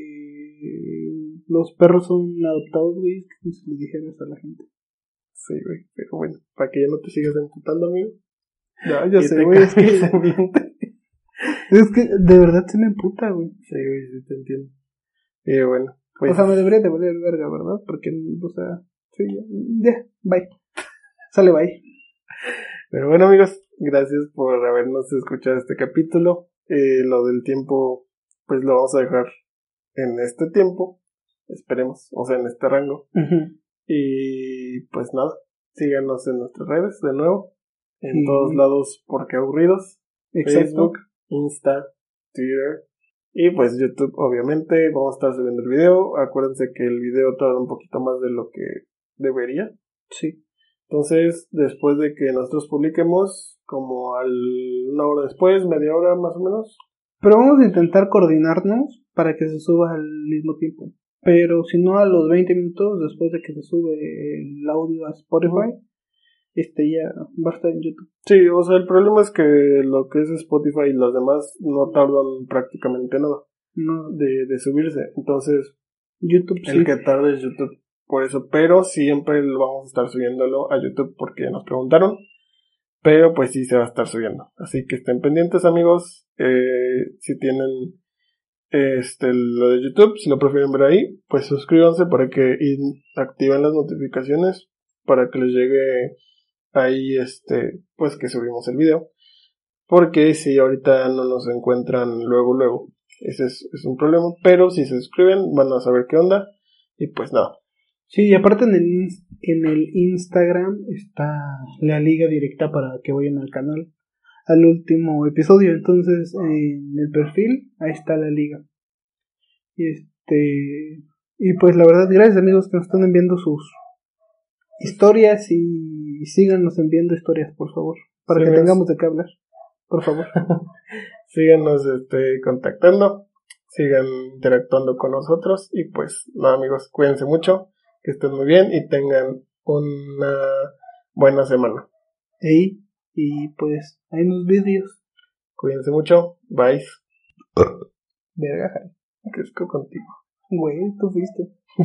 que los perros son adoptados, güey. Es como si le dijeras a la gente. Sí, güey. Pero bueno, para que ya no te sigas emputando, amigo. Ya, ya Y sé, te güey. Es cambies que, de ambiente. es que de verdad se me emputa, güey. Sí, güey, sí te entiendo. Y bueno, pues. O sea, me debería de valer verga, ¿verdad? Porque, o sea, sí, ya, ya, bye. Sale, bye. Pero bueno, amigos, gracias por habernos escuchado este capítulo. Eh, lo del tiempo, pues lo vamos a dejar en este tiempo. Esperemos, o sea, en este rango. Uh-huh. Y pues nada, síganos en nuestras redes de nuevo. En Sí. todos lados, porque aburridos. Exacto. Facebook, Insta, Twitter. Y pues YouTube, obviamente, vamos a estar subiendo el video. Acuérdense que el video tarda un poquito más de lo que debería. Sí. Entonces, después de que nosotros publiquemos, como al una hora después, media hora más o menos. Pero vamos a intentar coordinarnos para que se suba al mismo tiempo. Pero si no, a los veinte minutos después de que se sube el audio a Spotify, este ya va a estar en YouTube. Sí, o sea, el problema es que lo que es Spotify y los demás no tardan prácticamente nada No, de, de subirse. Entonces, YouTube el sí. que tarde es YouTube. Por eso, pero siempre lo vamos a estar subiéndolo a YouTube porque nos preguntaron. Pero pues sí se va a estar subiendo. Así que estén pendientes, amigos. Eh, si tienen este lo de YouTube, si lo prefieren ver ahí, pues suscríbanse para que in- activen las notificaciones para que les llegue ahí este pues que subimos el video. Porque si ahorita no nos encuentran luego luego, ese es, es un problema. Pero si se suscriben van a saber qué onda. Y pues nada. Sí, y aparte en el, ins- en el Instagram está la liga directa para que vayan al canal, al último episodio. Entonces, en el perfil, ahí está la liga. Y este, y pues la verdad, gracias amigos que nos están enviando sus historias y síganos enviando historias, por favor, para Sí, que amigos. tengamos de qué hablar, por favor. Síganos este, contactando, sigan interactuando con nosotros y pues nada amigos, cuídense mucho, que estén muy bien y tengan una buena semana. Ey, y pues, hay unos vídeos. Cuídense mucho, bye. Verga, Jai. Que es contigo. Güey, tú fuiste.